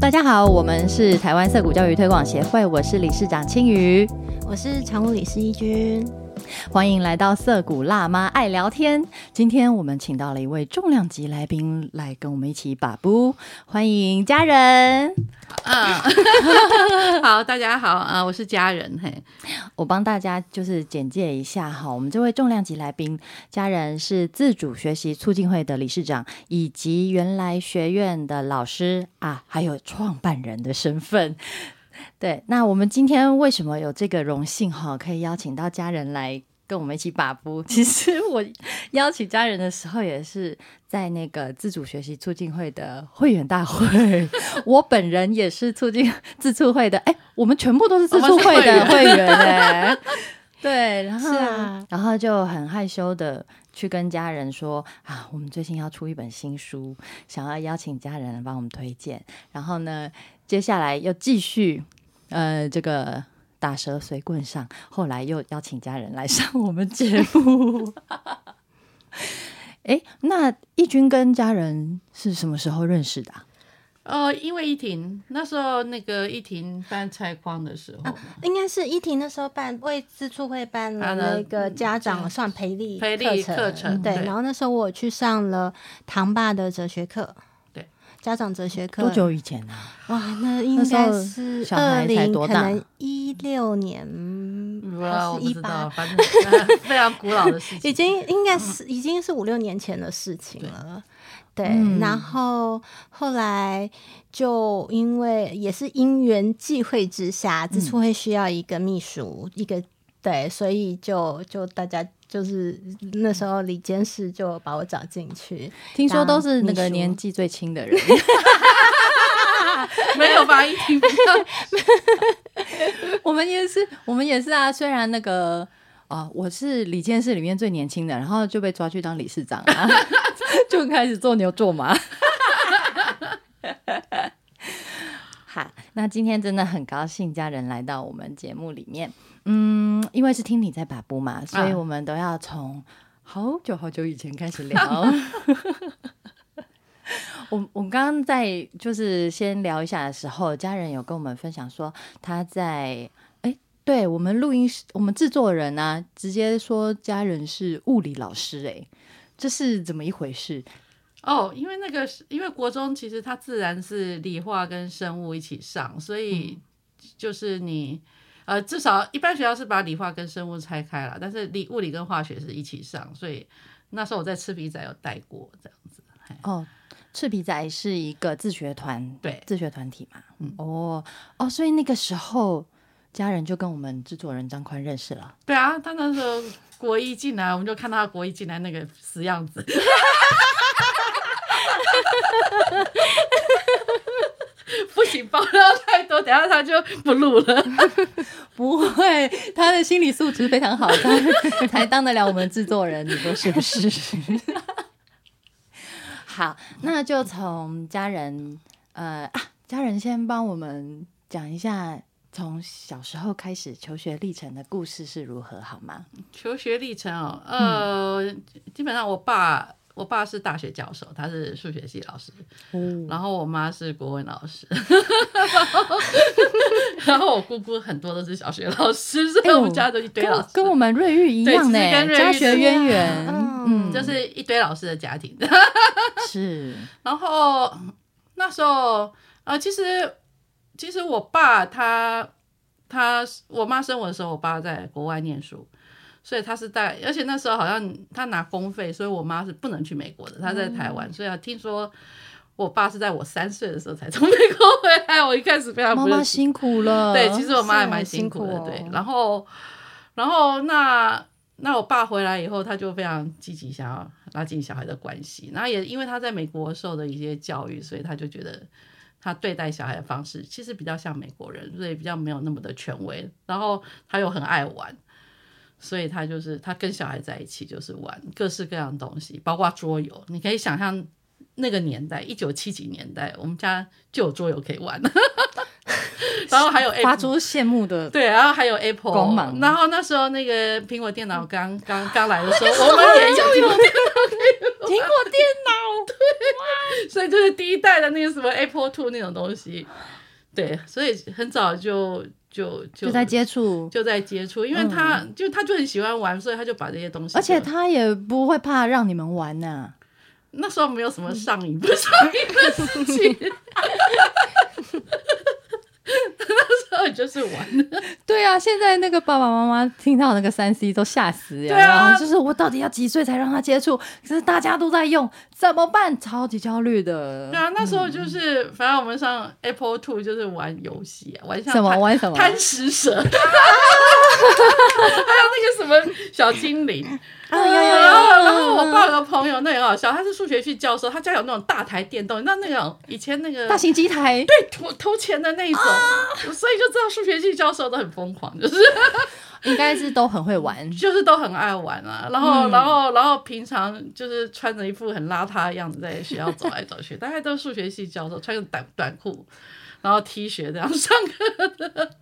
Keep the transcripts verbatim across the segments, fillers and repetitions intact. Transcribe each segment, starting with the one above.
大家好，我们是台湾色谷教育推广协会，我是理事长青瑜， 我是常务理事一君。 欢迎来到色谷辣妈爱聊天。今天我们请到了一位重量级来宾来跟我们一起把布，欢迎家人。 嗯，好，大家好啊、呃，我是家人。嘿， 我帮大家就是简介一下哈，我们这位重量级来宾家人是自主学习促进会的理事长，以及原来学院的老师啊，还有创办人的身份。对，那我们今天为什么有这个荣幸哈，可以邀请到家人来跟我们一起把布？其实我邀请家人的时候，也是在那个自主学习促进会的会员大会，我本人也是促进自促会的，哎，我们全部都是自促会的会员哎。对，然后、啊、然后就很害羞的去跟家人说啊，我们最近要出一本新书，想要邀请家人来帮我们推荐。然后呢，接下来又继续呃这个打蛇随棍上，后来又邀请家人来上我们节目。哎，那义君跟家人是什么时候认识的、啊？ 呃，因为依婷那时候那个依婷办拆框的时候、啊， 应该是依婷那时候办为自促会办了那个家长算培力培力课程， 对，然后那时候我去上了唐爸的哲学课， 对， 家长哲学课。 多久以前啊？ 哇，那应该是二零可能一六年， 还是一八， 反正非常古老的事情， 已经应该是已经是五六年前的事情了。对，嗯、然后后来就因为也是因缘际会之下，自促会需要一个秘书，嗯、一个对，所以就就大家就是那时候李监事就把我找进去。 听说都是那个年纪最轻的人， 没有吧？一听我们也是，我们也是啊。虽然那个啊、哦，我是李监事里面最年轻的，然后就被抓去当理事长啊。就开始做牛做马。好，那今天真的很高兴家人来到我们节目里面。嗯，因为是听你在把布嘛，所以我们都要从好久好久以前开始聊。我我刚刚在就是先聊一下的时候，家人有跟我们分享说他在哎，对我们录音室我们制作人啊，直接说家人是物理老师哎、欸。这是怎么一回事？ 哦，因为那个因为国中其实它自然是理化跟生物一起上，所以就是你、嗯、呃至少一般学校是把理化跟生物拆开了，但是理物理跟化学是一起上，所以那时候我在赤皮仔有带过这样子。 哦，赤皮仔是一个自学团， 对， 自学团体嘛。嗯，哦哦，所以那个时候家人就跟我们制作人张宽认识了。 对啊，他那时候国一进来，我们就看到他国一进来那个死样子。不行，爆料太多，等一下他就不录了。 不会，他的心理素质非常好，他才当得了我们制作人，你说是不是？好，那就从家人呃啊，家人先帮我们讲一下从小时候开始求学历程的故事是如何好吗？ 求学历程哦，呃，嗯、基本上我爸我爸是大学教授，他是数学系老师，嗯、然后我妈是国文老师，然, 后然后我姑姑很多都是小学老师，所以我们家都一堆老师， 欸、跟, 跟我们瑞玉一样呢，家学渊源， 嗯，就是一堆老师的家庭。 是， 然后那时候呃，其实。其实我爸他他我妈生我的时候，我爸在国外念书，所以他是在，而且那时候好像他拿公费，所以我妈是不能去美国的，他在台湾，嗯、所以听说我爸是在我三岁的时候才从美国回来。我一开始非常不妈妈辛苦了， 对，其实我妈也蛮辛苦的，哦、对。然后然后那那我爸回来以后，他就非常积极想要拉近小孩的关系，然后也因为他在美国受的一些教育，所以他就觉得。他对待小孩的方式其实比较像美国人，所以比较没有那么的权威，然后他又很爱玩，所以他就是他跟小孩在一起就是玩各式各样的东西，包括桌游。你可以想象那个年代一九七几年代我们家就有桌游可以玩。然后还有 Apple, 发出羡慕的对，然后还有 Apple 光芒。 然后那时候那个苹果电脑刚刚刚来的时候，我们也有苹果电脑可以玩。 苹果电脑， 对，所以就是第一代的那个什么 Apple Two 那种东西，对，所以很早就就就就在接触， 就在接触，因为他、嗯、就他就很喜欢玩，所以他就把这些东西， 而且他也不会怕让你们玩呢、啊。 那时候没有什么上瘾不上瘾的事情。那时候就是玩的。 对啊，现在那个爸爸妈妈听到那个三 C 都吓死了， 对啊， 就是我到底要几岁才让他接触？可是大家都在用，怎么办？超级焦虑的。 对啊，那时候就是，嗯、反正我们上 Apple Two 就是玩游戏、啊，玩像什么玩什么贪食蛇，还有那个什么小精灵。啊，有有有！然后，然后我爸有个朋友，那很好笑，他是数学系教授，他家有那种大台电动，那那种以前那个大型机台， 对，偷偷钱的那一种，啊、所以就知道数学系教授都很疯狂，就是应该是都很会玩， 就是都很爱玩啊。然后，嗯、然后，然后平常就是穿着一副很邋遢的样子在学校走来走去，大概都是数学系教授，穿个短短裤，然后 T 恤这样上课的。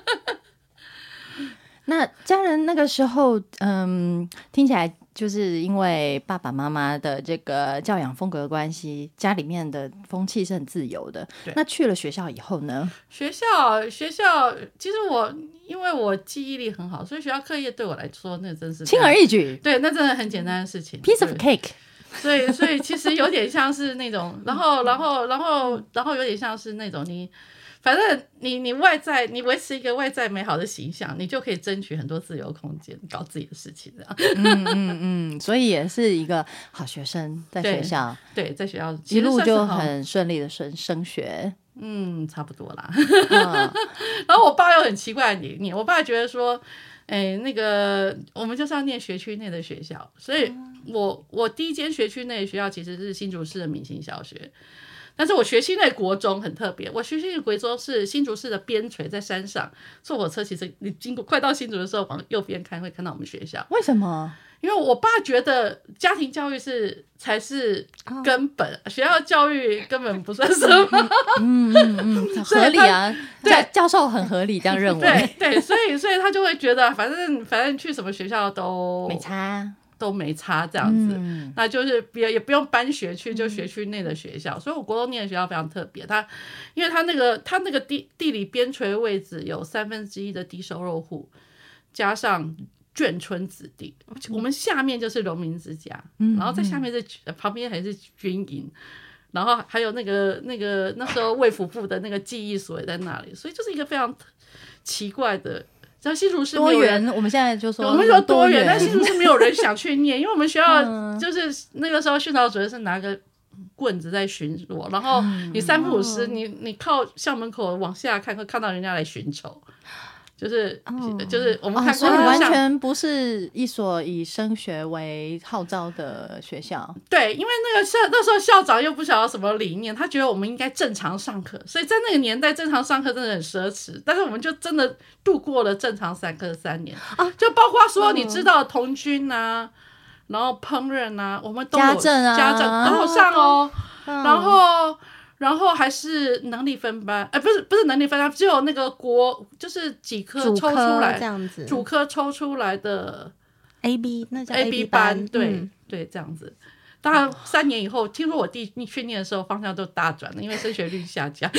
那家人那个时候，嗯，听起来就是因为爸爸妈妈的这个教养风格的关系，家里面的风气是很自由的。那去了学校以后呢？ 学校学校，其实我因为我记忆力很好，所以学校课业对我来说那真是轻而易举。 对，那真的很简单的事情 ，piece of cake。 所以，所以其实有点像是那种，然后，然后，然后，然后有点像是那种你。反正你你外在你维持一个外在美好的形象，你就可以争取很多自由空间，搞自己的事情这样。 嗯嗯嗯，所以也是一个好学生，在学校对, 对在学校一路就很顺利的升升学。 嗯，差不多啦。嗯、然后我爸又很奇怪的念，我爸觉得说，哎，那个我们就是要念学区内的学校，所以我我第一间学区内的学校其实是新竹市的明星小学。但是我学区内国中很特别，我学区内国中是新竹市的边陲，在山上，坐火车其实你经过快到新竹的时候，往右边看会看到我们学校。 为什么？ 因为我爸觉得家庭教育是才是根本，哦、学校教育根本不算什么。 嗯嗯嗯，合理啊，教教授很合理这样认为。 对对，所以所以他就会觉得，反正反正去什么学校都没差。 都没差这样子， 嗯、 那就是也也不用搬学区，就学区内的学校。嗯、所以我国中念的学校非常特别，它因为它那个它那个地地理边陲位置有三分之一的低收入户，加上眷村子弟，嗯、我们下面就是农民之家，嗯、然后在下面是、嗯、旁边还是军营，然后还有那个那个那时候卫福部的那个记忆所也在那里，所以就是一个非常奇怪的。像新竹市多元，我们现在就说我们说多元，但新竹市没有人想去念，因为我们学校就是那个时候训导主任是拿个棍子在巡逻，然后你三不五时，你你靠校门口往下看，会看到人家来寻仇。就是、哦、就是我们看过、 哦，所以完全不是一所以升学为号召的学校。 对，因为那个校那时候校长又不晓得什么理念，他觉得我们应该正常上课，所以在那个年代正常上课真的很奢侈。但是我们就真的度过了正常上课三年，啊、就包括说你知道童军啊，嗯、然后烹饪啊，我们都有家政啊， 家政都有上哦，嗯、然后。然后还是能力分班，哎，不是不是能力分班，只有那个国就是几科抽出来这样子， 主科抽出来的 A B 那叫 A B 班，对、 嗯、 对，这样子。当然三年以后，听说我弟训练的时候方向都大转了，因为升学率下降，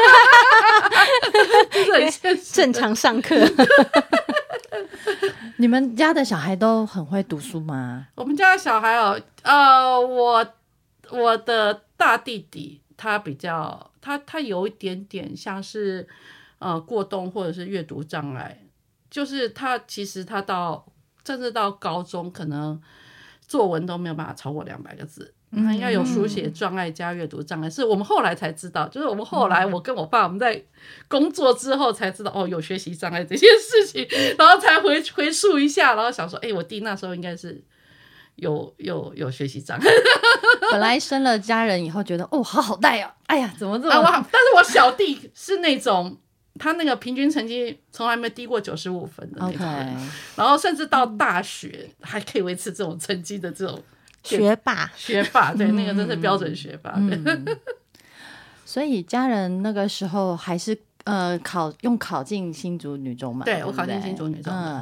就是很现实， 正常上课。 你们家的小孩都很会读书吗？ 我们家的小孩哦，呃，我我的大弟弟。他比较，他他有一点点像是，呃，过动或者是阅读障碍，就是他其实他到甚至到高中，可能作文都没有办法超过两百个字，他应该有书写障碍加阅读障碍，是我们后来才知道，就是我们后来我跟我爸我们在工作之后才知道，哦，有学习障碍这件事情，然后才回回溯一下，然后想说，哎，我弟那时候应该是。有有有学习障碍， 本来生了家人以后觉得哦好好带哦，哎呀怎么这么、 啊、但是我小弟是那种他那个平均成绩从来没低过九十五分的那种人， okay. 然后甚至到大学还可以维持这种成绩的这种学霸学霸，对、嗯、那个真是标准学霸、嗯、 所以家人那个时候还是呃考用考进新竹女中嘛， 对我考进新竹女中， 嗯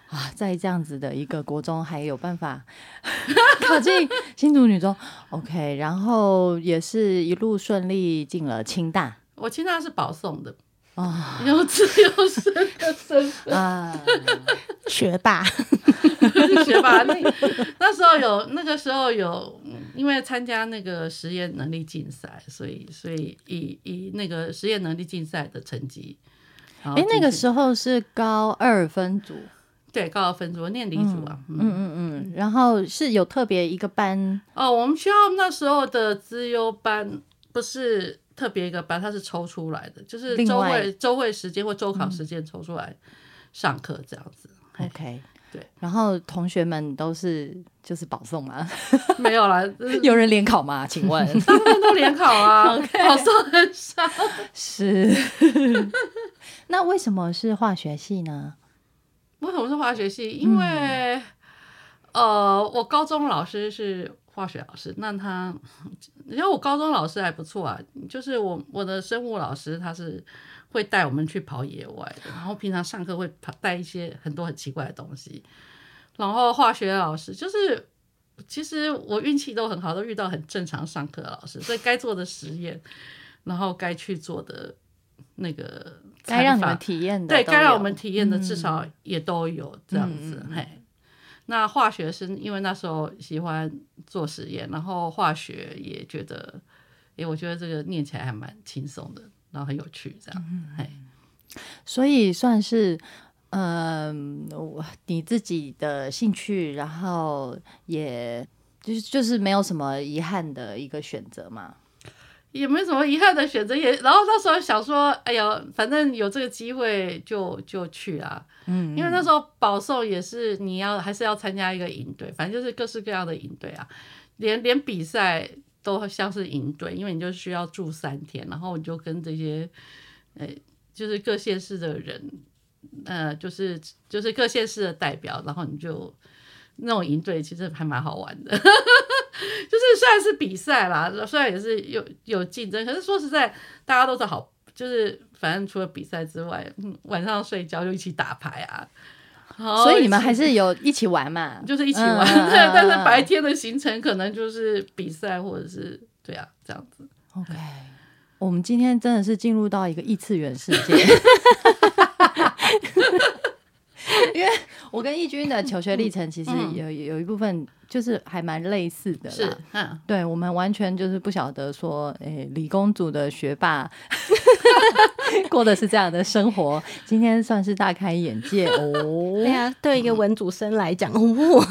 啊，在这样子的一个国中还有办法考进新竹女中 OK， 然后也是一路顺利进了清大。 我清大是保送的啊， 有自由生的身份啊， 学霸学霸。那那时候有那个时候有因为参加那个实验能力竞赛，所以所以以以那个实验能力竞赛的成绩， 哎，那个时候是高二分组。 对，高二分组，我念理组啊。 嗯嗯 嗯, 嗯，然后是有特别一个班哦，我们学校那时候的资优班不是特别一个班，它是抽出来的，就是周会周会时间或周考时间抽出来上课这样子。 嗯、OK， 对。 然后同学们都是就是保送吗？ 没有啦， 有人联考吗？请问？ 大部分都联考啊， okay, 保送很少。 是。那为什么是化学系呢？ 为什么是化学系？因为、嗯、呃，我高中老师是化学老师，那他，因为我高中老师还不错啊，就是我我的生物老师他是会带我们去跑野外的，然后平常上课会带一些很多很奇怪的东西，然后化学老师就是其实我运气都很好，都遇到很正常上课的老师，所以该做的实验，然后该去做的那个。 该让你们体验的， 对，该让我们体验的至少也都有这样子。嗯、嘿，那化学是因为那时候喜欢做实验，然后化学也觉得，哎，我觉得这个念起来还蛮轻松的，然后很有趣，这样。嗯、嘿， 所以算是，嗯、呃，你自己的兴趣，然后也就是就是没有什么遗憾的一个选择嘛。 也没什么遗憾的选择，也然后那时候想说，哎呀，反正有这个机会就就去啊，嗯, 嗯，因为那时候保送也是你要还是要参加一个营队，反正就是各式各样的营队啊，连连比赛都像是营队，因为你就需要住三天，然后你就跟这些，呃，就是各县市的人，呃，就是就是各县市的代表，然后你就那种营队其实还蛮好玩的。就是虽然是比赛啦，虽然也是有有竞争，可是说实在，大家都是好，就是反正除了比赛之外，嗯、晚上睡觉就一起打牌啊。 所以你们还是有一起玩嘛？ 就是一起玩，嗯、对。但是白天的行程可能就是比赛或者是对啊这样子。 OK， 我们今天真的是进入到一个异次元世界。因为我跟义军的求学历程其实有有一部分就是还蛮类似的啦， 是，嗯， 对，我们完全就是不晓得说，诶，理工组的学霸过的是这样的生活，今天算是大开眼界哦。 对啊，对一个文组生来讲，哦。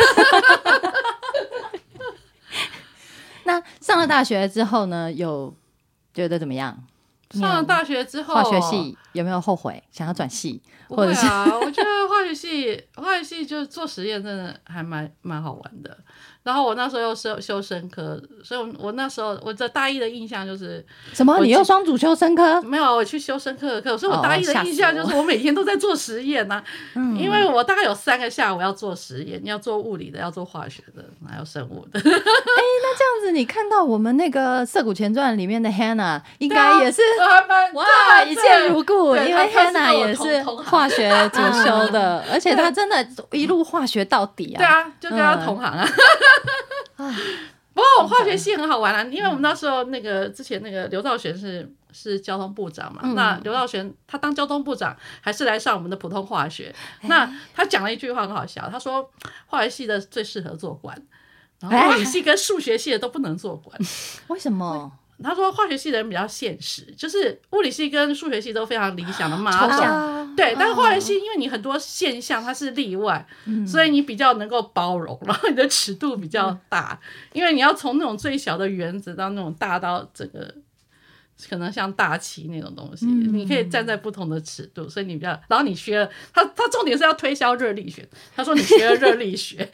那上了大学之后呢，有觉得怎么样？ 上了大学之后， 化学系有没有后悔想要转系？ 不会啊，我觉得化学系化学系就是做实验真的还蛮蛮好玩的。然后我那时候又修修生科，所以我我那时候我的大一的印象就是什么？你又双主修生科？ 没有，我去修生科的课，所以我大一的印象就是我每天都在做实验呐、啊嗯。因为我大概有三个下午要做实验，要做物理的，要做化学的，还有生物的。哎、欸， 那这样子你看到我们那个《涩谷前传》里面的 Hannah 应该也是、啊、哇一见如故，因为 Hannah 也是化学主修的，而且她真的一路化学到底啊。 对啊，就跟她同行啊。嗯不过我化学系很好玩啊，因为我们那时候那个之前那个刘兆玄是是交通部长嘛，嗯、那刘兆玄他当交通部长还是来上我们的普通化学，欸、那他讲了一句话很好笑，他说化学系的最适合做官，然后物理系跟数学系的都不能做官， 为什么？ 他说化学系的人比较现实，就是物理系跟数学系都非常理想的 model， 对，但是化学系因为你很多现象它是例外、嗯、所以你比较能够包容，然后你的尺度比较大、嗯、因为你要从那种最小的原子到那种大到整个可能像大气那种东西、嗯、你可以站在不同的尺度，所以你比较，然后你学了他他重点是要推销热力学，他说你学了热力学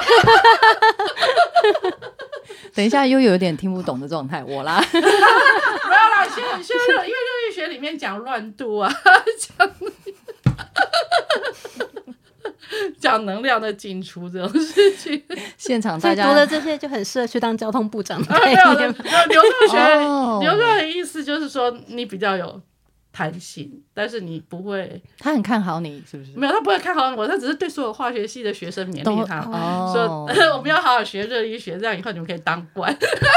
等一下又有点听不懂的状态，我啦没有啦，学学热，因为热力学里面讲乱度啊，讲讲能量的进出这种事情， 现场大家读的这些就很适合去当交通部长的概念。刘兆玄，刘兆玄意思就是说你比较有弹性，但是你不会， 他很看好你是不是？ 没有，他不会看好我，他只是对所有化学系的学生勉励他， 哦、 说我们要好好学热力学，这样以后你们可以当官。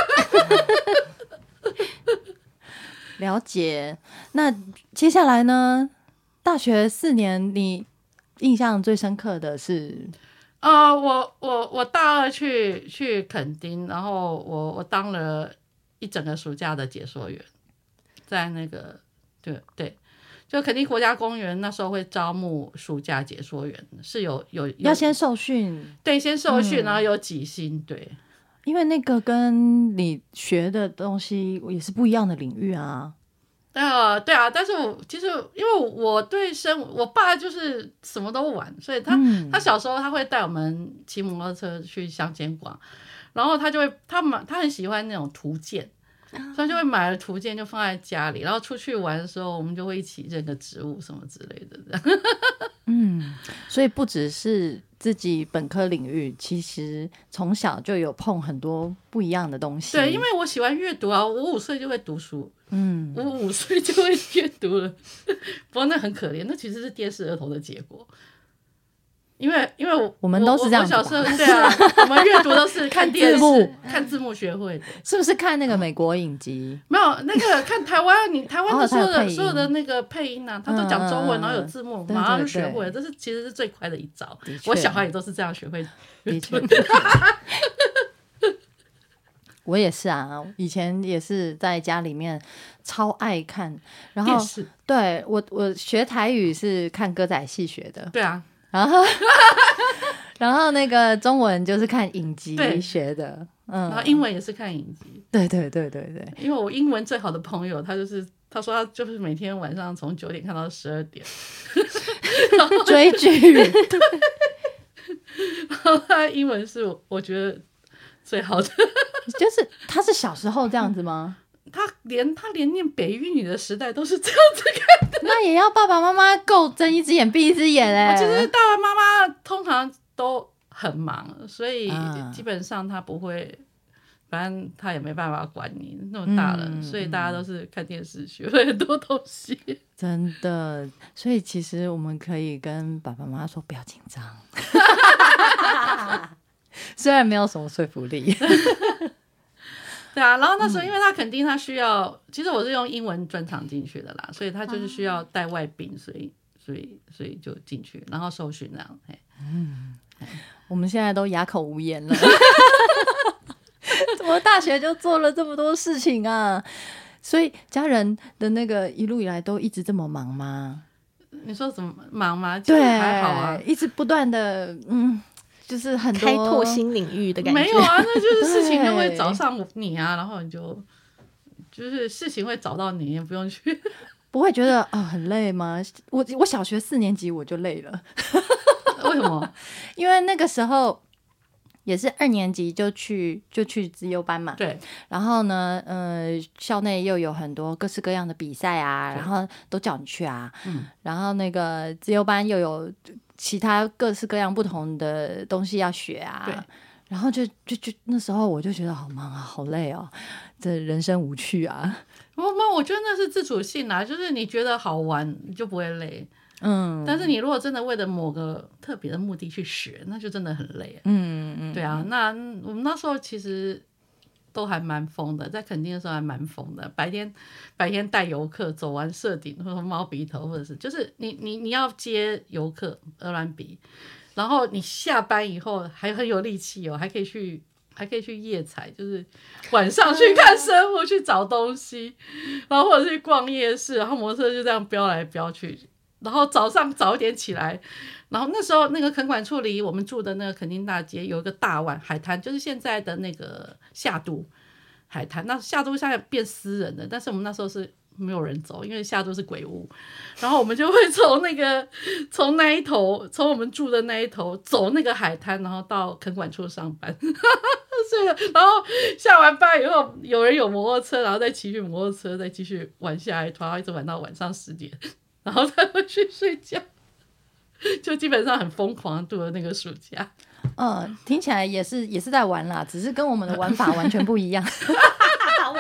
了解。那接下来呢？大学四年，你印象最深刻的是？ 啊、呃，我我我大二去去垦丁，然后我我当了一整个暑假的解说员，在那个对对，就垦丁国家公园那时候会招募暑假解说员，是有有, 有要先受训， 对，先受训， 嗯、 然后有几薪，对， 因为那个跟你学的东西也是不一样的领域啊。 呃，对啊，但是我其实因为我对生，我爸就是什么都玩，所以他、嗯、他小时候他会带我们骑摩托车去乡间逛，然后他就会他买他很喜欢那种图鉴，所以就会买了图鉴就放在家里，然后出去玩的时候我们就会一起认个植物什么之类的这样。 嗯，所以不只是自己本科领域，其实从小就有碰很多不一样的东西。 对，因为我喜欢阅读啊，我五岁就会读书，嗯，我五岁就会阅读了。不过那很可怜，那其实是电视儿童的结果。因为因为 我, 我们都是这样子吧， 我小时候对啊，我们阅读都是看电视看字幕学会的， 是不是看那个美国影集？ 没有那个看台湾，你台湾的所有的、哦、所有的那个配音啊，他都讲中文，嗯、然后有字幕，马上就学会了，这是其实是最快的一招。我小孩也都是这样学会阅读的。 我也是啊，以前也是在家里面超爱看，然后对我我学台语是看歌仔戏学的， 对啊。 然后，然后那个中文就是看影集学的，嗯， 然后英文也是看影集， 对对对对对。因为我英文最好的朋友，他就是他说他就是每天晚上从九点看到十二点， 追剧， 然后他英文是我觉得最好的， 就是他是小时候这样子吗？ 他连他连念北一女的时代都是这样子看的， 那也要爸爸妈妈够睁一只眼闭一只眼哎、欸。 其实爸爸妈妈通常都很忙，所以基本上他不会，反正他也没办法管你那么大了、嗯，所以大家都是看电视学了很多东西。 真的，所以其实我们可以跟爸爸妈妈说不要紧张，虽然没有什么说服力。 对啊，然后那时候因为他肯定他需要、嗯、其实我是用英文专场进去的啦，所以他就是需要带外宾，所以所以所以就进去，然后受训这样。 嗯，我们现在都哑口无言了。怎么大学就做了这么多事情啊？所以家人的那个一路以来都一直这么忙吗？ 你说怎么忙吗？对，还好啊， 一直不断的嗯。就是很多开拓新领域的感觉， 没有啊，那就是事情就会找上你啊，然后你就就是事情会找到你，也不用去， 不会觉得啊、哦、很累吗？我我小学四年级我就累了， 为什么？ 因为那个时候也是二年级就去就去资优班嘛， 对， 然后呢，呃，校内又有很多各式各样的比赛啊，然后都叫你去啊，嗯，然后那个资优班又有其他各式各样不同的东西要学啊， 对， 然后就就就那时候我就觉得好忙啊，好累哦，这人生无趣啊。 我我觉得那是自主性啊，就是你觉得好玩，你就不会累。 嗯， 但是你如果真的为了某个特别的目的去学，那就真的很累。 嗯嗯， 对啊，那我们那时候其实都还蛮疯的，在垦丁的时候还蛮疯的。白天白天带游客走完社顶或者猫鼻头，或者是就是你你你要接游客鹅銮鼻，然后你下班以后还很有力气哦，还可以去还可以去夜采，就是晚上去看生物、去找东西，然后或者去逛夜市，然后摩托车就这样飙来飙去。然后早上早一点起来，然后那时候那个垦管处离我们住的那个垦丁大街有一个大湾海滩，就是现在的那个夏都海滩。那夏都现在变私人的，但是我们那时候是没有人走，因为夏都是鬼屋。然后我们就会从那个从那一头，从我们住的那一头走那个海滩，然后到垦管处上班。所以然后下完班以后，有人有摩托车，然后再骑去摩托车，再继续玩下一团，然后一直玩到晚上十点。然后才会去睡觉，就基本上很疯狂的度了那个暑假。 嗯，听起来也是也是在玩啦，只是跟我们的玩法完全不一样。 我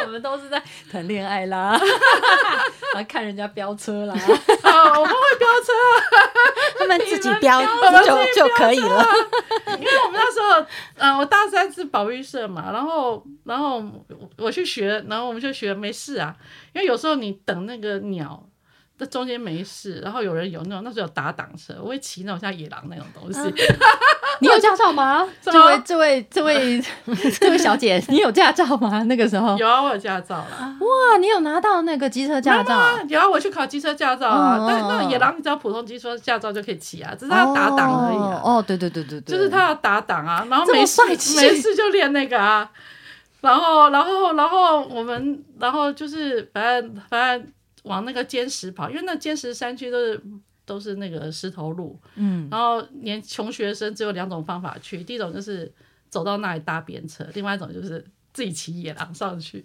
我们都是在谈恋爱啦，然后看人家飙车啦。 啊，我们会飙车啊， 他们自己飙就就就可以了。 因为我们那时候，呃，我大三是保育社嘛，然后然后我去学，然后我们就学没事啊，因为有时候你等那个鸟。在中间没事，然后有人有那种那时候有打挡车，我会骑那种像野狼那种东西。嗯、 你有驾照吗？这位这位这位这位小姐，你有驾照吗？那个时候有啊，我有驾照啦。 哇，你有拿到那个机车驾照？ 啊、有啊，我去考机车驾照啊。嗯、但那野狼你只要普通机车驾照就可以骑啊，只是他要打挡而已、啊哦。哦，对对对对对， 就是他要打挡啊，然后没事没事就练那个啊。然后然后然后我们然后就是反正反正。往那个尖石跑，因为那尖石山区都是都是那个石头路，嗯，然后连穷学生只有两种方法去，第一种就是走到那里搭便车，另外一种就是自己骑野狼上去。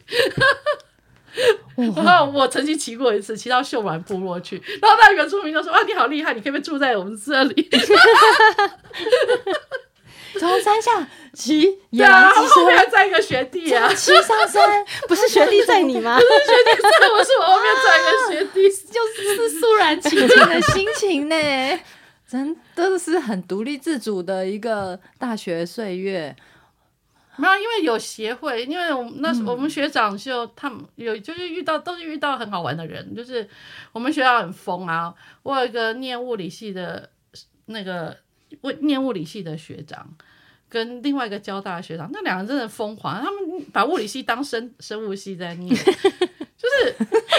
然后我曾经骑过一次，骑到秀峦部落去，然后那原住民就说：“啊，你好厉害，你可不可以住在我们这里？” 从山下骑野狼机车，后面还载一个学弟啊， 骑上山， 不是学弟载你吗？ 不是学弟载我，是我后面载一个学弟， 就是肃然起敬的心情呢，真的是很独立自主的一个大学岁月。 没有，因为有协会，因为我们那时我们学长就他们有就是遇到都是遇到很好玩的人，就是我们学校很疯啊。我有一个念物理系的那个念物理系的学长。跟另外一个交大的学长，那两个真的疯狂，他们把物理系当生生物系在念，就是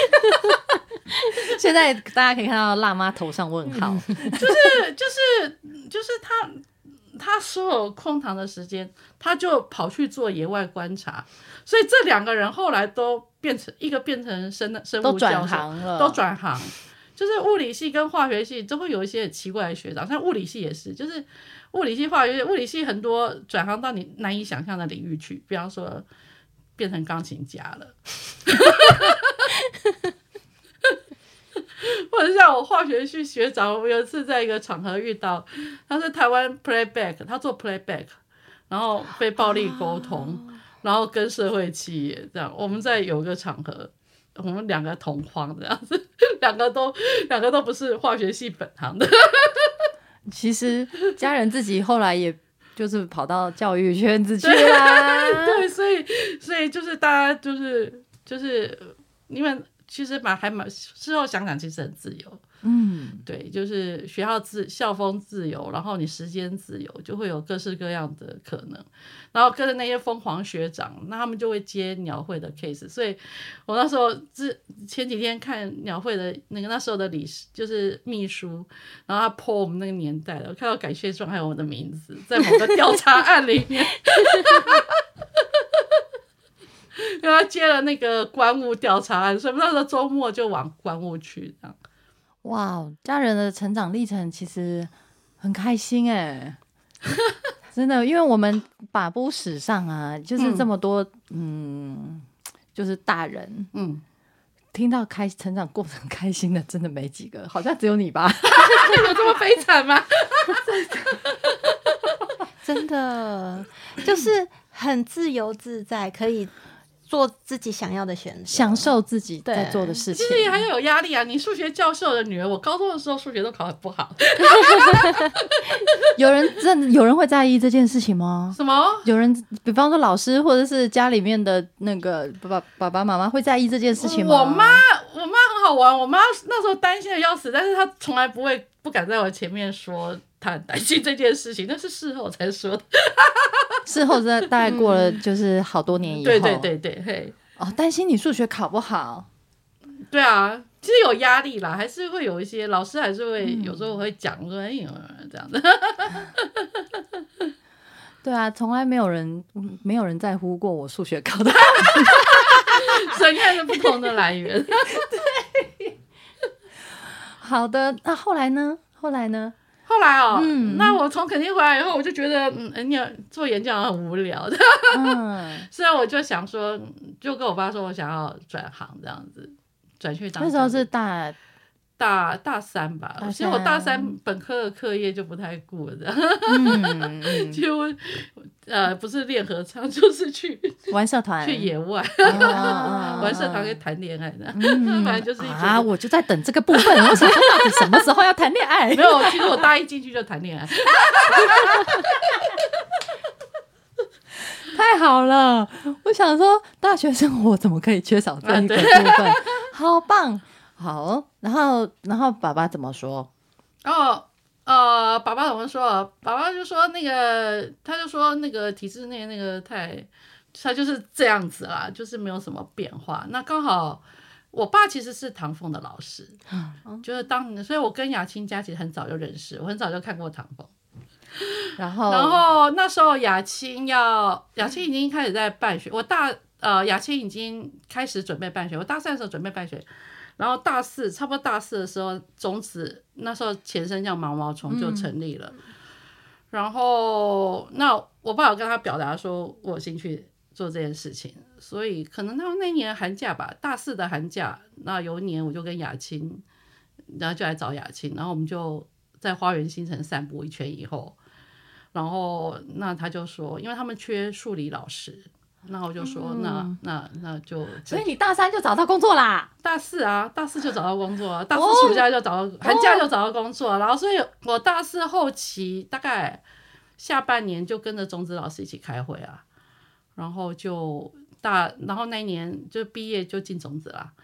现在大家可以看到辣妈头上问号， 嗯、就是就是就是他他所有空堂的时间，他就跑去做野外观察，所以这两个人后来都变成一个变成生生物教授，都转行。就是物理系跟化学系都会有一些很奇怪的学长，像物理系也是，就是物理系、化学系，物理系很多转行到你难以想象的领域去，比方说变成钢琴家了，或者像我化学系学长，我有一次在一个场合遇到，他是台湾 playback， 他做 playback， 然后非暴力沟通，然后跟社会企业这样，我们在有一个场合。我们两个同框这样子，两个都两个都不是化学系本行的。 其实家人自己后来也就是跑到教育圈子去啦。 对，对，所以所以就是大家就是就是你们其实蛮还蛮事后想想其实很自由。嗯，对，就是学校自校风自由，然后你时间自由，就会有各式各样的可能。然后跟着那些疯狂学长，那他们就会接鸟会的 case。所以我那时候前几天看鸟会的那个那时候的理事就是秘书，然后他 po 我们那个年代的，我看到感谢状还有我的名字在某个调查案里面。因为他接了那个关务调查案，所以那时候周末就往关务去这样。 哇，家人的成长历程其实很开心哎，真的，因为我们把布史上啊，就是这么多 嗯, 嗯，就是大人，嗯，听到开成长过程开心的，真的没几个，好像只有你吧？ 有这么悲惨吗？ 真的，就是很自由自在，可以。做自己想要的选择， 享受自己在做的事情。 其实还要有压力啊！你数学教授的女儿，我高中的时候数学都考得不好。 有人真的有人会在意这件事情吗？ 什么？ 有人，比方说老师或者是家里面的那个爸爸爸爸妈妈会在意这件事情吗？ 我妈，我妈很好玩。我妈那时候担心的要死，但是她从来不会不敢在我前面说她很担心这件事情，那是事后才说的。 事后大概过了就是好多年以后， 对对对对，嘿， 哦，担心你数学考不好， 对啊，其实有压力啦，还是会有一些老师还是会、嗯、有时候会讲说，哎呦这样子， 对啊，从来没有人没有人在乎过我数学考的， 所以你看是不同的来源。 对，好的，那后来呢？后来呢？ 后来哦，嗯、那我从垦丁回来以后，我就觉得，嗯，你做演讲很无聊的，嗯，所以我就想说，就跟我爸说我想要转行这样子，转去当。 那时候是大大大三吧， 大三其实我大三本科的课业就不太顾了的， 嗯嗯、 就呃不是练合唱就是去玩社团去野外、 哦、 玩社团跟谈恋爱的， 嗯、 反正就是一啊，我就在等这个部分，我想到底什么时候要谈恋爱？ 没有，其实我大一进去就谈恋爱。 太好了，我想说大学生活怎么可以缺少这一个部分、啊、好棒。好，然后然后爸爸怎么说？ 哦呃，爸爸怎么说？爸爸就说那个，他就说那个体制内那个太，他就是这样子啦，就是没有什么变化。那刚好我爸其实是唐凤的老师，嗯、就是当，所以我跟雅青家其实很早就认识，我很早就看过唐凤。 然后， 然后那时候雅青要，雅青已经开始在办学，我大呃雅青已经开始准备办学，我大三的时候准备办学。然后大四差不多大四的时候，种子那时候前身叫毛毛虫就成立了。嗯、然后那我爸有跟他表达说我有兴趣做这件事情，所以可能他那年寒假吧，大四的寒假，那有一年我就跟雅青，然后就来找雅青，然后我们就在花园新城散步一圈以后，然后那他就说，因为他们缺数理老师。那我就说，嗯、那那那就， 所以你大三就找到工作啦？ 大四啊，大四就找到工作了，大四暑假就找到，哦、寒假就找到工作了，然后所以我大四后期大概下半年就跟着种子老师一起开会啊，然后就大，然后那一年就毕业就进种子啦。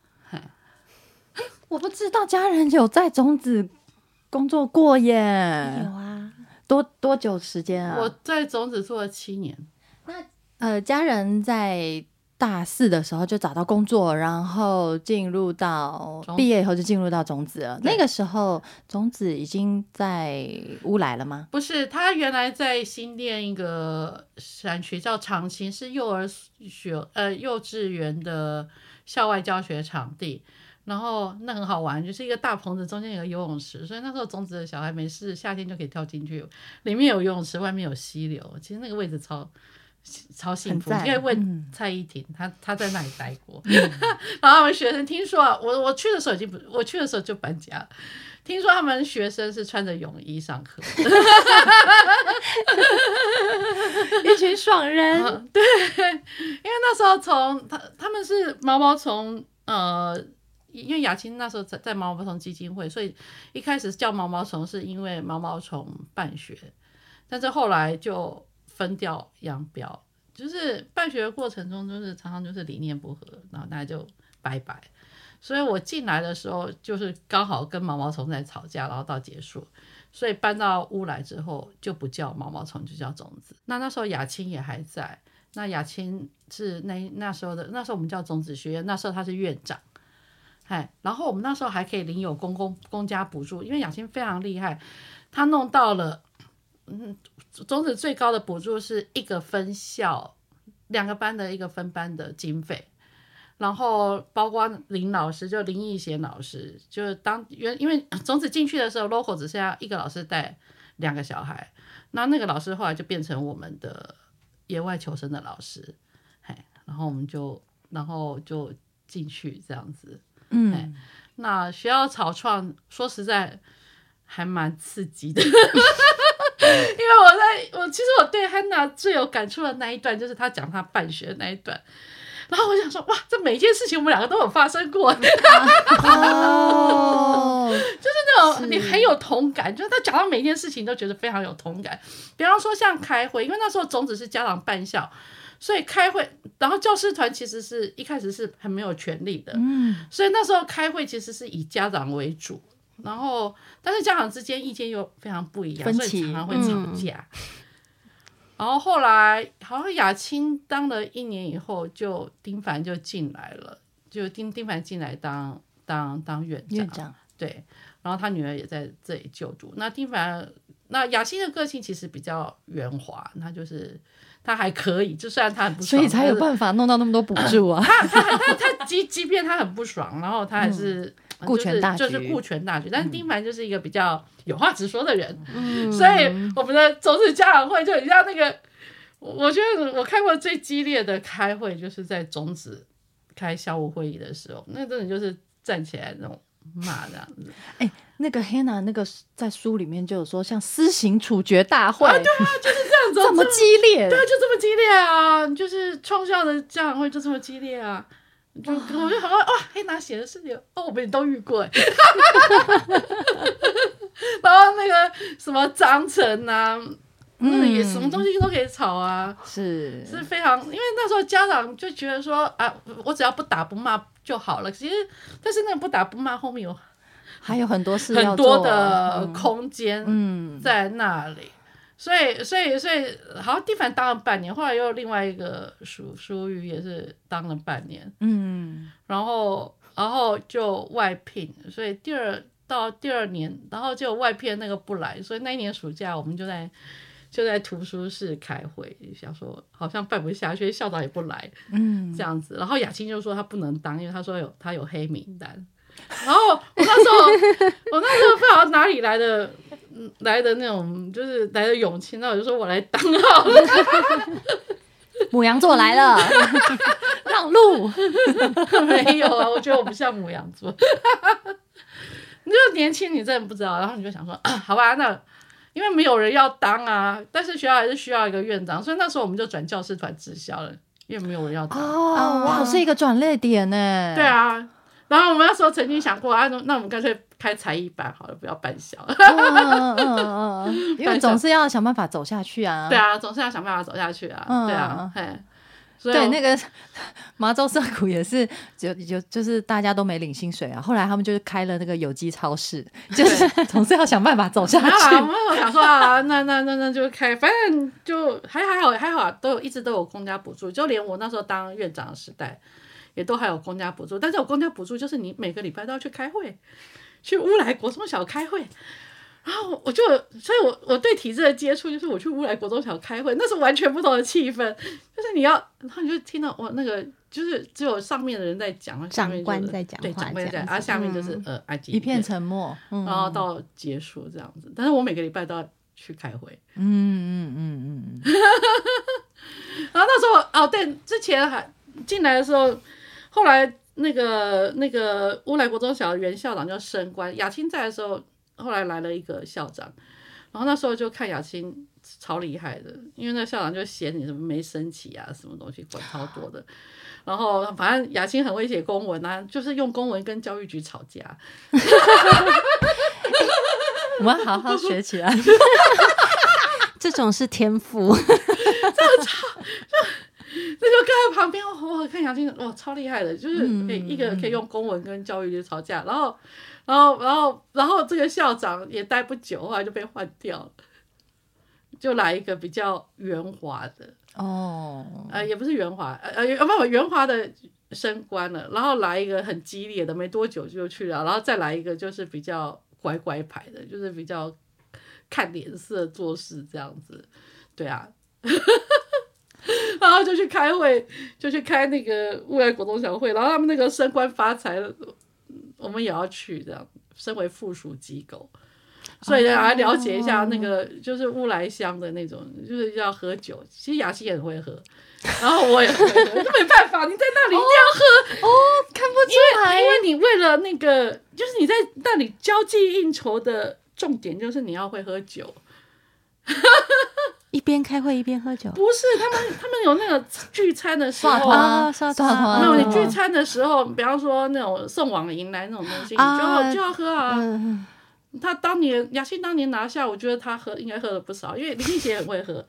我不知道家人有在种子工作过耶。 有啊， 多多久时间啊？ 我在种子做了七年。 那呃，家人在大四的时候就找到工作，然后进入到毕业以后就进入到种子了。那个时候种子已经在乌来了吗？ 不是，他原来在新店一个山区叫长青，是幼儿学呃幼稚园的校外教学场地。然后那很好玩，就是一个大棚子，中间有个游泳池，所以那时候种子的小孩没事夏天就可以跳进去，里面有游泳池，外面有溪流，其实那个位置超超幸福。你可以问蔡依婷，她她在那里待过。嗯、然后我们学生听说，我我去的时候已经不，我去的时候就搬家了。听说他们学生是穿着泳衣上课， 一群爽人。 嗯、对，因为那时候从他他们是毛毛虫，呃，因为雅青那时候在在毛毛虫基金会，所以一开始叫毛毛虫是因为毛毛虫办学，但是后来就分道扬镳，就是办学的过程中，就是常常就是理念不合，然后大家就拜拜。所以我进来的时候，就是刚好跟毛毛虫在吵架，然后到结束，所以搬到乌来之后就不叫毛毛虫，就叫种子。那那时候雅青也还在，那雅青是那那时候的，那时候我们叫种子学院，那时候他是院长，哎，然后我们那时候还可以领有公公公家补助，因为雅青非常厉害，他弄到了，嗯，种子最高的补助是一个分校两个班的一个分班的经费。然后包括林老师，就林义贤老师，就是当原因为种子进去的时候 local 只剩下一个老师带两个小孩，那那个老师后来就变成我们的野外求生的老师，嘿，然后我们就然后就进去这样子，嗯，那学校草创说实在还蛮刺激的。因为我在我其实我对 Hannah 最有感触的那一段就是他讲他办学的那一段。然后我想说，哇，这每一件事情我们两个都有发生过，哦、就是那种你很有同感，就是他讲到每一件事情都觉得非常有同感。比方说像开会，因为那时候种子是家长办校，所以开会，然后教师团其实是一开始是很没有权利的，嗯，所以那时候开会其实是以家长为主，然后但是家长之间意見又非常不一样，所以常常会吵架。嗯，然后后来好像雅青当了一年以后，就丁凡就进来了，就丁丁凡进来当当当院长，院长对，然后他女儿也在这里就读。那丁凡那雅青的个性其实比较圆滑，他就是他还可以，就虽然他很不爽， 所以才有办法弄到那么多补助啊。 他他他他即即便他很不爽，然后他还是。嗯顾全大局， 就是顾全大局，但是丁凡就是一个比较有话直说的人，嗯，所以我们的种子家长会就很像那个，我觉得我看过最激烈的开会，就是在种子开校务会议的时候，那真的就是站起来那种骂这样子。 哎、欸，那个 Hannah 那个在书里面就有说，像私刑处决大会， 啊，对啊，就是这样子， 这么激烈， 对啊，就这么激烈啊，就是创校的家长会就这么激烈啊。就我就好像哇，黑拿写的是有哦，我们都遇过哎。然后那个什么章程啊，那个也什么东西都可以吵啊， 是是非常，因为那时候家长就觉得说啊，我只要不打不骂就好了。其实，但是那个不打不骂后面有还有很多事要很多的空间在那里。嗯嗯所以，所以，所以，好像地凡当了半年，后来又另外一个淑淑瑜也是当了半年，嗯，然后，然后就外聘，所以第二到第二年，然后就外聘那个不来，所以那一年暑假我们就在就在图书室开会，想说好像办不下去，校长也不来，嗯，这样子，然后雅青就说他不能当，因为他说有他有黑名单，然后我那时候我那时候不知道哪里来的。来的那种就是来的勇气，那我就说我来当好了。 牡羊座来了，让路。 没有啊，我觉得我不像牡羊座。你就年轻，你真的不知道，然后你就想说，啊、好吧，那因为没有人要当啊，但是学校还是需要一个院长，所以那时候我们就转教师团直销了，因为没有人要当。 哦，哇，是一个转捩点呢。 对啊。然后我们那时候曾经想过啊，那我们干脆开才艺班好了，不要办小。 嗯嗯嗯，因为总是要想办法走下去啊。 对啊，总是要想办法走下去啊。嗯、对啊，嘿。 对，那个麻州涩谷也是，就就就是大家都没领薪水啊。后来他们就是开了那个有机超市，就是总是要想办法走下去。 没有啊，我想说啊，那那那那就开，反正就还还好还好，都有一直都有公家补助，就连我那时候当院长的时代。也都还有公家补助，但是有公家补助就是你每个礼拜都要去开会，去乌来国中小开会，然后我就，所以我我对体制的接触就是我去乌来国中小开会，那是完全不同的气氛，就是你要，然后你就听到哇那个就是只有上面的人在讲， 长官在讲话， 对长官在讲，然后下面就是、嗯、呃安静一片沉默、 嗯，然后到结束这样子，但是我每个礼拜都要去开会，嗯嗯嗯嗯，然后那时候哦对，之前还进来的时候。后来那个那个乌来国中小的原校长就升官，雅青在的时候，后来来了一个校长，然后那时候就看雅青超厉害的，因为那校长就嫌你什么没升旗啊，什么东西管超多的，然后反正雅青很会写公文啊，就是用公文跟教育局吵架， 我们好好学起来， 这种是天赋， 这个超就。那就跟在旁边，哇，看雅青，哇，超厉害的，就是可以一个可以用公文跟教育局吵架，然后，然后，然后，然后这个校长也待不久，后来就被换掉了，就来一个比较圆滑的哦，呃，也不是圆滑，呃呃，不不，圆滑的升官了，然后来一个很激烈的，没多久就去了，然后再来一个就是比较乖乖牌的，就是比较看脸色做事这样子，对啊。然后就去开会，就去开那个乌来国中小会，然后他们那个升官发财了，我们也要去，这样身为附属机构，所以来了解一下那个就是乌来乡的那种，就是要喝酒。其实雅琪也很会喝，然后我也很会喝，就没办法，你在那里一定要喝哦，哦看不出来， 因为因为你为了那个，就是你在那里交际应酬的重点就是你要会喝酒。 一边开会一边喝酒？ 不是，他们他们有那个聚餐的时候啊，刷团， 没有你聚餐的时候，比方说那种送往迎来那种东西，啊、你就要就要喝啊。嗯、他当年雅欣当年拿下，我觉得他喝应该喝了不少，因为林俊杰很会喝。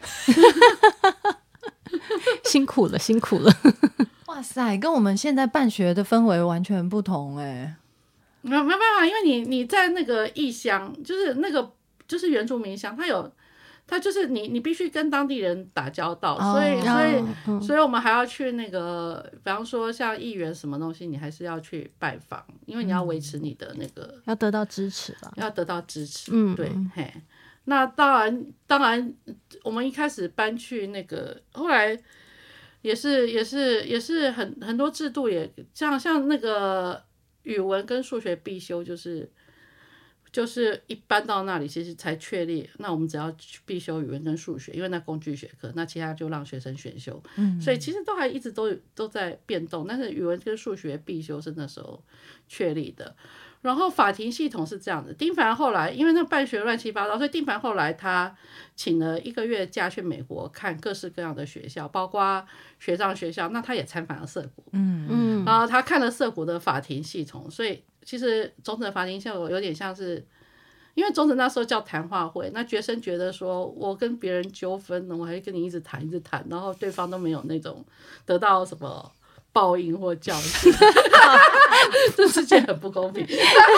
辛苦了，辛苦了。 哇塞，跟我们现在办学的氛围完全不同哎、欸。 没没办法，因为你你在那个异乡，就是那个就是原住民乡，他有。他就是你，你必须跟当地人打交道，哦、所以，所以，嗯、所以我们还要去那个，比方说像议员什么东西，你还是要去拜访，因为你要维持你的那个， 嗯、要得到支持吧， 要得到支持，嗯，对，嘿，那当然，当然，我们一开始搬去那个，后来也是，也是，也是很很多制度也像像那个语文跟数学必修，就是就是一搬到那里，其实才确立，那我们只要必修语文跟数学，因为那工具学科，那其他就让学生选修。嗯，所以其实都还一直都都在变动，但是语文跟数学必修是那时候确立的。然后法庭系统是这样的，丁凡后来因为那办学乱七八糟，所以丁凡后来他请了一个月假去美国看各式各样的学校，包括学长学校，那他也参访了涩谷，嗯嗯，然后他看了涩谷的法庭系统，所以其实种子的法庭系统有点像是，因为种子那时候叫谈话会，那学生觉得说我跟别人纠纷了，我还跟你一直谈一直谈，然后对方都没有那种得到什么报应或教训，这世界很不公平。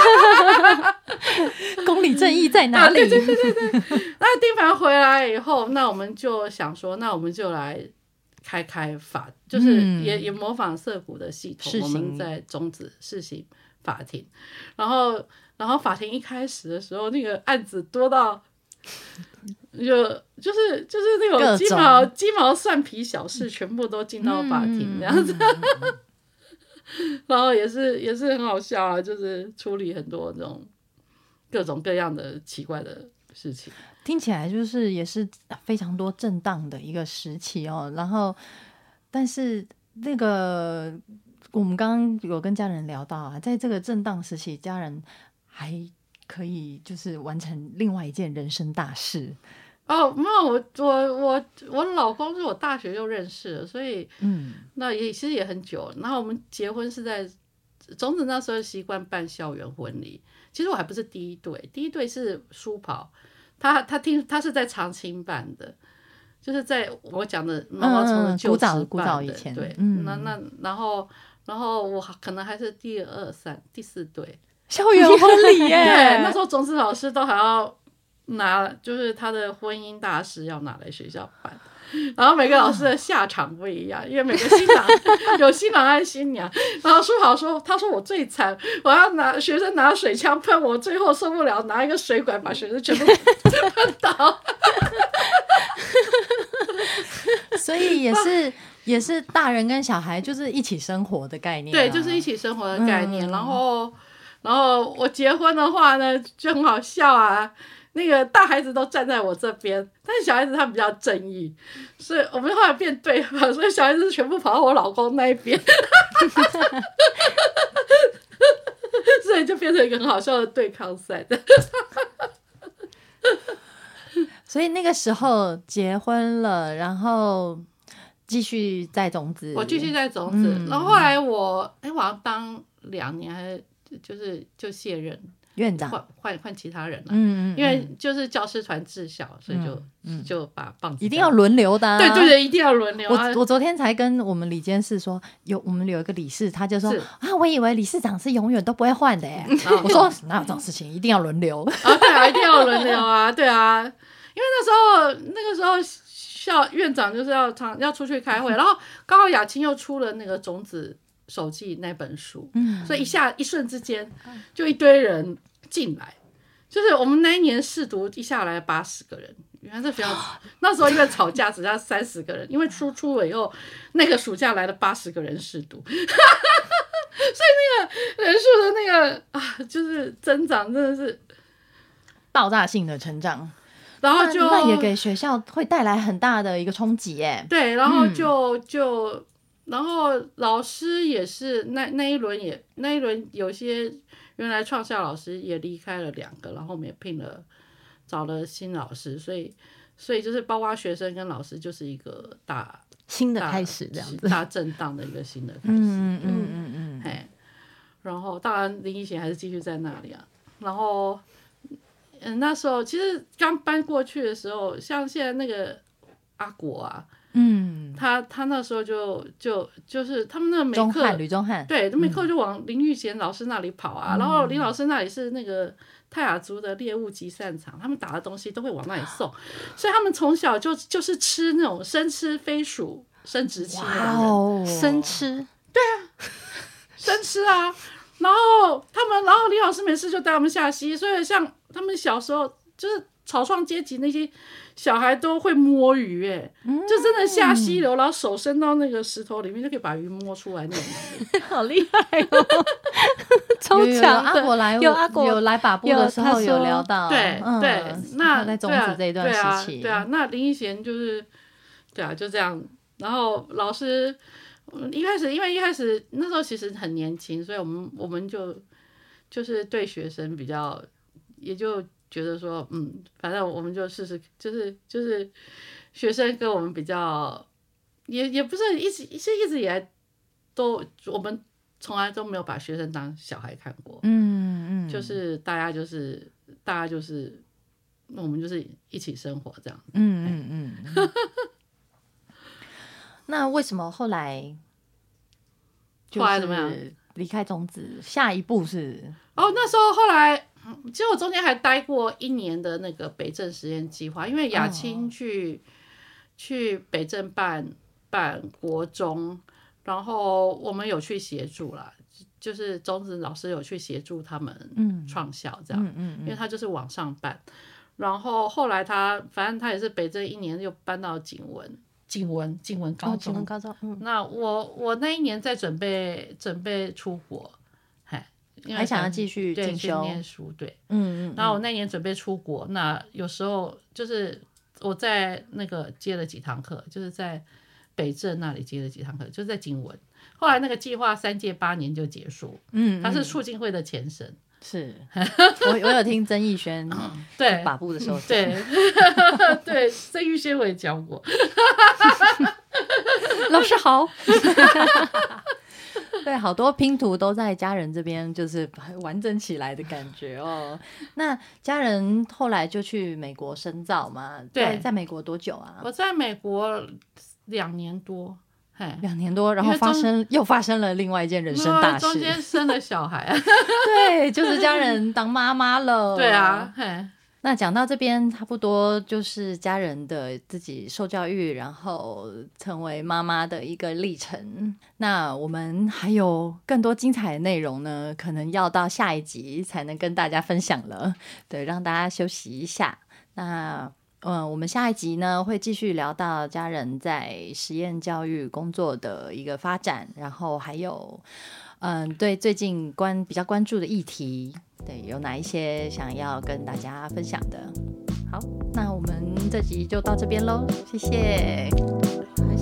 公理正义在哪里？ 啊、对对对对对。那丁凡回来以后，那我们就想说，那我们就来开开法，就是也、嗯、也模仿涩谷的系统，我们在种子试行法庭，然后然后法庭一开始的时候，那个案子多到。就就是就是那种鸡毛鸡毛蒜皮小事，全部都进到法庭这样子，嗯、然后也是也是很好笑啊，就是处理很多这种各种各样的奇怪的事情。 听起来就是也是非常多震荡的一个时期哦。然后，但是那个我们刚刚有跟家人聊到啊，在这个震荡时期，家人还可以就是完成另外一件人生大事。 哦，没有，我我我我老公是我大学就认识了，所以嗯，那也其实也很久了。然后我们结婚是在种子那时候习惯办校园婚礼，其实我还不是第一对，第一对是书跑，他他听他是在长青办的，就是在我讲的毛毛虫的旧址办的， 古早以前， 对，嗯、那那然后然后我可能还是第二三第四对。 校园婚礼耶， 对，那时候种子老师都还要拿，就是他的婚姻大事要拿来学校办，然后每个老师的下场不一样，因为每个新郎有新郎和新娘，然后书豪说，他说我最惨，我要拿学生拿水枪喷我，最后受不了拿一个水管把学生全部喷倒， 所以也是。也是大人跟小孩就是一起生活的概念、啊， 对，就是一起生活的概念。嗯、然后，然后我结婚的话呢，就很好笑啊。那个大孩子都站在我这边，但是小孩子他比较正义，所以我们后来变对方，所以小孩子全部跑到我老公那一边，所以就变成一个很好笑的对抗赛。 所以那个时候结婚了，然后。继续在种子， 我继续在种子，嗯、然后后来我哎，我好像当两年，还是就是就卸任院长， 换换换其他人了，嗯嗯，因为就是教师团治校，所以就、嗯、就把棒子一定要轮流的、啊， 对对对，一定要轮流、啊。 我我昨天才跟我们理监事说，有我们有一个理事，他就说啊，我以为理事长是永远都不会换的耶，我说哪有这种事情，一定要轮流啊，对啊，一定要轮流啊，对啊，因为那时候那个时候。校院长就是要常要出去开会，然后刚好雅青又出了那个种子手记那本书，嗯、所以一下一瞬之间就一堆人进来，就是我们那一年试读一下来八十个人，原来这学校那时候因为吵架只要三十个人，因为书出了以后，那个暑假来了八十个人试读，所以那个人数的那个啊，就是增长真的是爆炸性的成长。 然后就那, 那也给学校会带来很大的一个冲击耶。 对，然后就、嗯、就然后老师也是那那一轮也那一轮有些原来创校老师也离开了两个，然后我们也聘了找了新老师，所以所以就是包括学生跟老师就是一个大新的开始这样子， 大震荡的一个新的开始。嗯嗯嗯嗯嗯。嘿，然后当然林义贤还是继续在那里啊，然后。嗯，那时候其实刚搬过去的时候，像现在那个阿国啊，嗯，他他那时候就就就是他们那个美课， 吕宗翰， 对，美课就往林玉贤老师那里跑啊，嗯、然后林老师那里是那个泰雅族的猎物集散场，他们打的东西都会往那里送，所以他们从小就就是吃那种生吃飞鼠生殖器的人， 哦、 生吃， 对啊，生吃啊。然后他们，然后李老师每次就带他们下溪，所以像他们小时候就是草创阶级那些小孩都会摸鱼，哎、嗯，就真的下溪流，然后手伸到那个石头里面就可以把鱼摸出来那种， 好厉害哦！ 超有有有强的。 阿国来有阿国有来把布的时候有他说有聊到， 对、 嗯、 对，那他在中对啊职这一段时期， 对啊，对啊，那林义贤就是对啊，就这样。然后老师嗯一开始，因为一开始那时候其实很年轻，所以我们我们就就是对学生比较，也就觉得说，嗯，反正我们就试试，就是就是学生跟我们比较，也也不是一直一直一直以来都我们从来都没有把学生当小孩看过， 嗯嗯， 就是大家就是大家就是我们就是一起生活这样， 嗯嗯嗯。那为什么后来就后来怎么样是离开种子？下一步是哦，那时候后来，其实我中间还待过一年的那个北镇实验计划，因为雅青去、哦、去北镇办办国中，然后我们有去协助啦，就是种子老师有去协助他们创校这样， 嗯嗯嗯、 因为他就是往上办，然后后来他反正他也是北镇一年又搬到景文。景文景文高中，哦、 景文高中，嗯， 那我我那一年在准备准备出国，嗨， 还想要继续进修念书，对， 嗯嗯。 然后我那年准备出国，那有时候就是我在那个接了几堂课，就是在北镇那里接了几堂课，就是在景文。后来那个计划三届八年就结束，嗯，它是促进会的前身。 是我我有听曾义轩对把布的时候， 对对，曾义轩我也教过， 老师好。对，好多拼图都在家人这边，就是完整起来的感觉哦。那家人后来就去美国深造嘛？ 对， 在在美国多久啊？ 我在美国两年多。 两年多，然后发生又发生了另外一件人生大事， 中间生了小孩对，就是家人当妈妈了。 对啊， 那讲到这边，差不多就是家人的自己受教育，然后成为妈妈的一个历程。那我们还有更多精彩的内容呢，可能要到下一集才能跟大家分享了。对，让大家休息一下。那嗯，我们下一集呢会继续聊到家人在实验教育工作的一个发展，然后还有嗯对最近关比较关注的议题，对有哪一些想要跟大家分享的。好，那我们这集就到这边咯，谢谢。